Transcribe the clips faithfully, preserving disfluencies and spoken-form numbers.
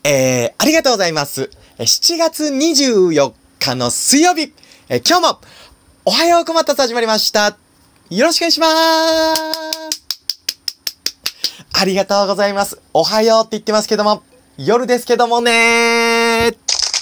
えー、ありがとうございます。しちがつにじゅうよっかの水曜日、えー、今日も、おはようこまったつ始まりました。よろしくお願いしまーす。ありがとうございます。おはようって言ってますけども、夜ですけどもねー。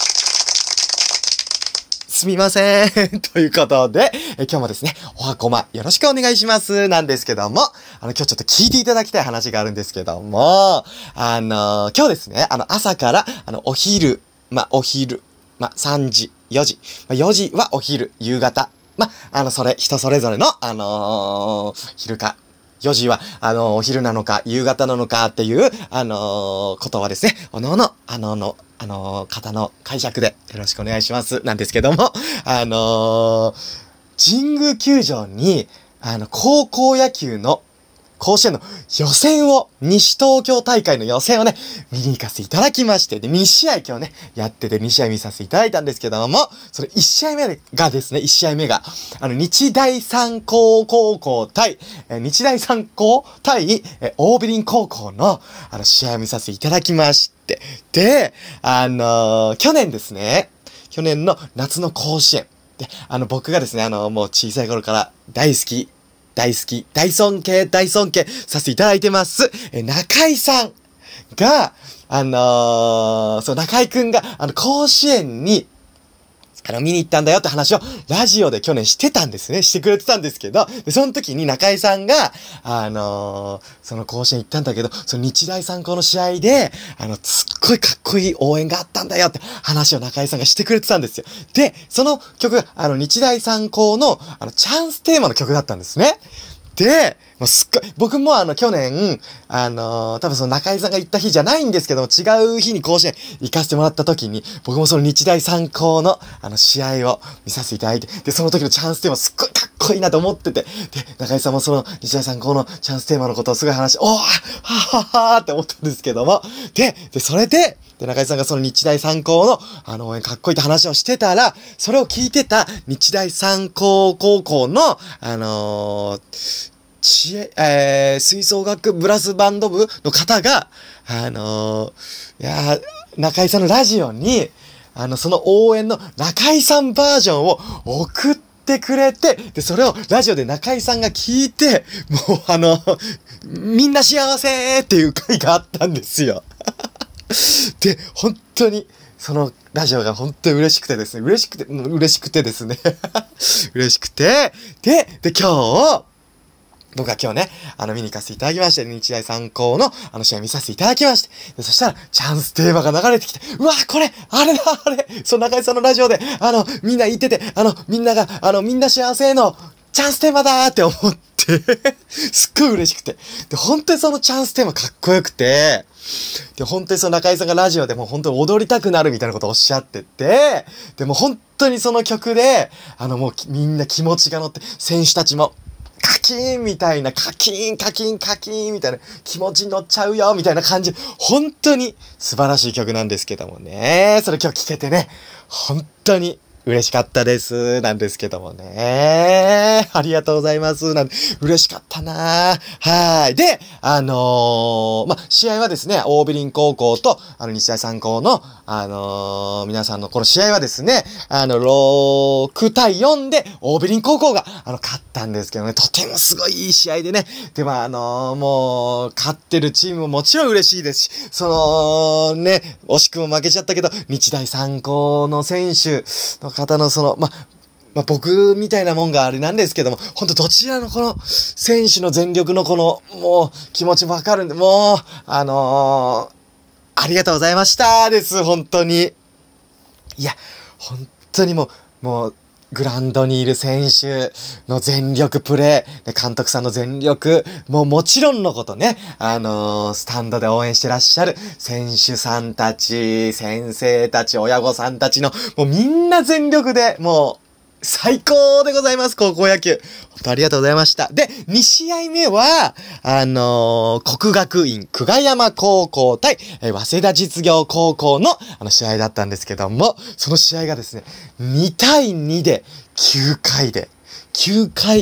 すみません。ということで、え今日もですね、おはこまよろしくお願いします。なんですけども、あの、今日ちょっと聞いていただきたい話があるんですけども、あのー、今日ですね、あの、朝から、あの、お昼、ま、お昼、ま、さんじ、よじ、ま、よじはお昼、夕方、ま、あの、それ、人それぞれの、あのー、昼か、よじは、あのー、お昼なのか、夕方なのかっていう、あのー、ことはですね、おのおの、あのの、あのー、方の解釈でよろしくお願いします。なんですけども、あのー、神宮球場に、あの、高校野球の甲子園の予選を、西東京大会の予選をね、見に行かせていただきまして、で、に試合今日ね、やっててに試合見させていただいたんですけども、それいち試合目がですね、いち試合目が、あの、日大三高高校対、え日大三高対、え大ビリン高校の、あの、試合を見させていただきまして、で、あのー、去年ですね、去年の夏の甲子園、で、あの、僕がですね、あの、もう小さい頃から大好き、大好き、大尊敬、大尊敬させていただいてます。え、中井さんが、あのー、そう、中井くんが、あの、甲子園に、あの、見に行ったんだよって話を、ラジオで去年してたんですね。してくれてたんですけど、で、その時に中井さんが、あのー、その甲子園行ったんだけど、その日大三高の試合で、あの、すっごいかっこいい応援があったんだよって話を中井さんがしてくれてたんですよ。で、その曲が、あの、日大三高の、あの、チャンステーマの曲だったんですね。で、もうすっごい、僕もあの去年、あのー、多分その中井さんが行った日じゃないんですけども、違う日に甲子園行かせてもらった時に、僕もその日大三高のあの試合を見させていただいて、で、その時のチャンステーマすっごいかっこいいなと思ってて、で、中井さんもその日大三高のチャンステーマのことをすごい話、おーはははーって思ったんですけども、で、で、それで、で、中井さんがその日大三高の、あの、応援かっこいいって話をしてたら、それを聞いてた日大三高高校の、あのー、ちえ、えー、吹奏楽ブラスバンド部の方が、あのー、いやー、中井さんのラジオに、あの、その応援の中井さんバージョンを送ってくれて、で、それをラジオで中井さんが聞いて、もうあの、みんな幸せーっていう回があったんですよ。で、本当に、そのラジオが本当に嬉しくてですね、嬉しくて、嬉しくてですね、嬉しくて、で、で、今日、僕は今日ね、あの、見に行かせていただきまして、日大三高の、あの、試合見させていただきまして、でそしたら、チャンステーマが流れてきて、うわ、これ、あれだ、あれ、その中井さんのラジオで、あの、みんな言ってて、あの、みんなが、あの、みんな幸せの、チャンステーマだーって思って、すっごい嬉しくて。で、本当にそのチャンステーマかっこよくて、で、本当にその中井さんがラジオでも本当に踊りたくなるみたいなことをおっしゃってて、でも本当にその曲で、あの、もうみんな気持ちが乗って、選手たちも、カキーンみたいな、カキーン、カキーン、カキーンみたいな、気持ちに乗っちゃうよみたいな感じ。本当に素晴らしい曲なんですけどもね。それ今日聴けてね、本当に嬉しかったです。なんですけどもね。ありがとうございます。なんで、嬉しかったなはい。で、あのー、ま、試合はですね、大ビリン高校と、あの、日大三高の、あのー、皆さんのこの試合はですね、あの、ろくたいよんで、大ビリン高校が、あの、勝ったんですけどね、とてもすごいいい試合でね、で、まあ、あのー、もう、勝ってるチームももちろん嬉しいですし、その、ね、惜しくも負けちゃったけど、日大三高の選手の方のその、ま、まあ、僕みたいなもんがあれなんですけども、ほんとどちらのこの選手の全力のこの、もう気持ちもわかるんで、もう、あのー、ありがとうございましたです、本当に。いや、本当にもう、もう、グラウンドにいる選手の全力プレー、監督さんの全力、もうもちろんのことね、あのー、スタンドで応援してらっしゃる選手さんたち、先生たち、親御さんたちの、もうみんな全力で、もう、最高でございます、高校野球。本当ありがとうございました。で、に試合目は、あのー、国学院久我山高校対、えー、早稲田実業高校の、あの試合だったんですけども、その試合がですね、にたいにで、きゅうかいで、きゅうかい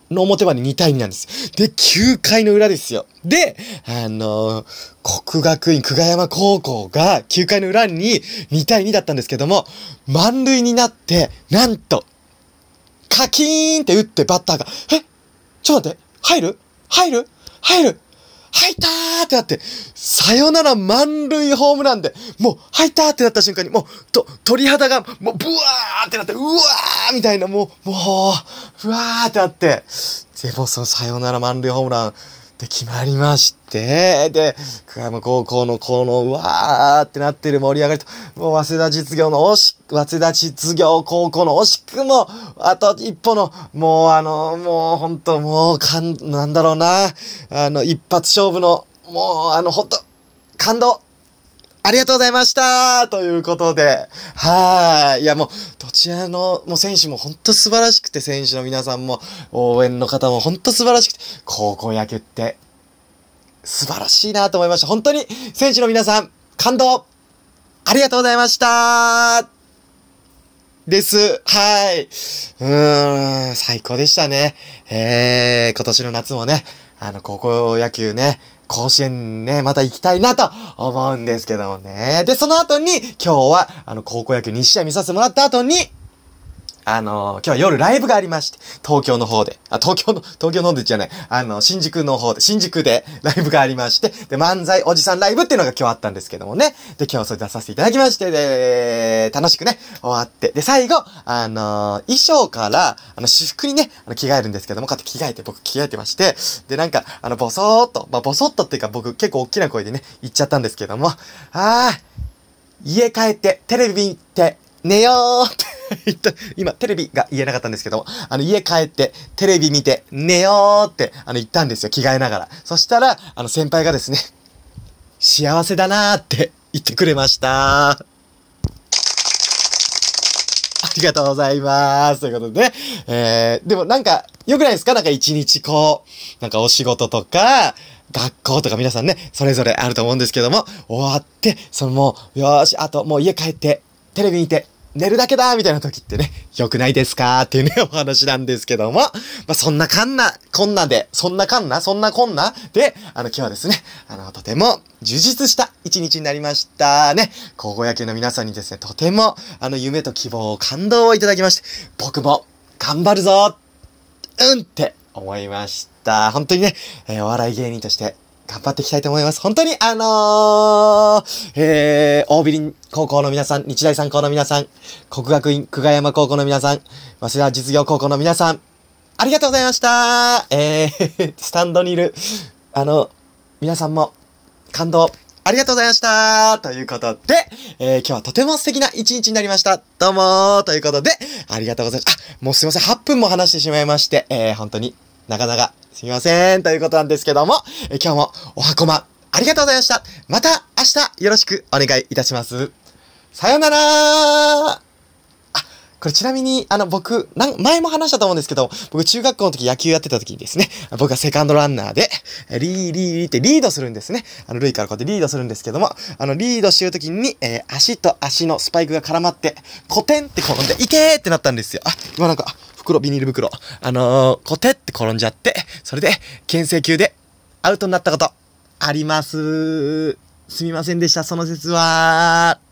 の表までにたいになんです。で、きゅうかいの裏ですよ。で、あのー、国学院久我山高校がきゅうかいの裏ににたいにだったんですけども、満塁になって、なんと、カキーンって打ってバッターが、えちょっと待って、入る入る入る入ったーってなって、さよなら満塁ホームランで、もう入ったーってなった瞬間に、もう、と、鳥肌が、もう、ブワーってなって、うわーみたいな、もう、もう、うわーってなって、で、もうそのさよなら満塁ホームランで決まりまして、で、久我山高校のこの、うわーってなってる盛り上がりと、もう早稲田実業の惜し、早稲田実業高校の惜しくも、あと一歩の、もうあの、もうほんと、もう、かん、なんだろうな、あの、一発勝負の、もう、あの、ほんと、感動ありがとうございましたということで、はい。いやもう、どちらの、もう選手も本当素晴らしくて、選手の皆さんも、応援の方も本当素晴らしくて、高校野球って、素晴らしいなと思いました。本当に、選手の皆さん、感動ありがとうございましたです。はい。うーん、最高でしたね。えー、今年の夏もね、あの、高校野球ね、甲子園ね、また行きたいなと思うんですけどもね。で、その後に、今日は、あの、高校野球に試合見させてもらった後に、あのー、今日は夜ライブがありまして、東京の方で、あ、東京の、東京の方でじゃない、あの、新宿の方で、新宿でライブがありまして、で、漫才おじさんライブっていうのが今日あったんですけどもね。で、今日それ出させていただきまして、で、楽しくね、終わって、で、最後、あのー、衣装から、あの、私服にね、あの、着替えるんですけども、こうやって着替えて、僕着替えてまして、で、なんか、あの、ボソーっと、まあ、ボソッとっていうか僕結構大きな声でね、言っちゃったんですけども、あー、家帰って、テレビ見て、寝よーって言った、今、テレビが言えなかったんですけども、あの、家帰って、テレビ見て、寝よーって、あの、言ったんですよ、着替えながら。そしたら、あの、先輩がですね、幸せだなーって言ってくれました。ありがとうございます。ということでね、えー、でもなんか、良くないですか？なんか一日こう、なんかお仕事とか、学校とか皆さんね、それぞれあると思うんですけども、終わって、そのもう、よーし、あともう家帰って、テレビ見て、寝るだけだみたいな時ってね、良くないですかっていうね、お話なんですけども、まあ、そんなかんな、こんなで、そんなかんな、そんなこんなで、あの、今日はですね、あの、とても充実した一日になりましたね。高校野球の皆さんにですね、とても、あの、夢と希望、感動をいただきまして、僕も、頑張るぞうんって思いました。本当にね、えー、お笑い芸人として、頑張っていきたいと思います。本当に、あのー、えー、大ビリ高校の皆さん、日大三高の皆さん、国学院久我山高校の皆さん、早稲田実業高校の皆さん、ありがとうございました。えー、スタンドにいる、あの、皆さんも、感動、ありがとうございましたということで、えー、今日はとても素敵な一日になりました。どうもーということで、ありがとうございます。あ、もうすいません。はっぷんも話してしまいまして、えー、本当に、なかなか、すみません。ということなんですけども、えー、今日も、おはこま、ありがとうございました。また、明日、よろしくお願いいたします。さよならー。これちなみに、あの、僕、なん、前も話したと思うんですけど、僕中学校の時野球やってた時にですね、僕がセカンドランナーで、リーリーリーってリードするんですね。あの、塁からこうやってリードするんですけども、あの、リードしてる時に、えー、足と足のスパイクが絡まって、コテンって転んで、いけーってなったんですよ。あ、今なんか、袋、ビニール袋。あのー、コテって転んじゃって、それで、牽制球で、アウトになったこと、あります。すみませんでした、その説は。